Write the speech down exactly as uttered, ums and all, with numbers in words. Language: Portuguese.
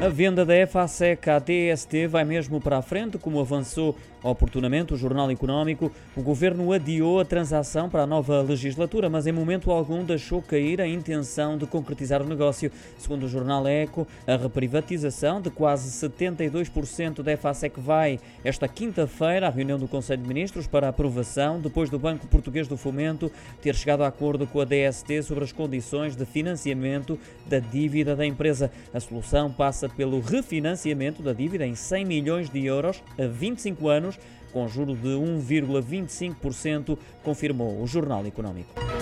A venda da EFASEC à D S T vai mesmo para a frente, como avançou oportunamente o Jornal Económico. O Governo adiou a transação para a nova legislatura, mas em momento algum deixou cair a intenção de concretizar o negócio. Segundo o Jornal Eco, a reprivatização de quase setenta e dois por cento da EFASEC vai esta quinta-feira à reunião do Conselho de Ministros para aprovação, depois do Banco Português do Fomento ter chegado a acordo com a D S T sobre as condições de financiamento da dívida da empresa. A solução passa pelo refinanciamento da dívida em cem milhões de euros a vinte e cinco anos, com juro de um vírgula vinte e cinco por cento, confirmou o Jornal Económico.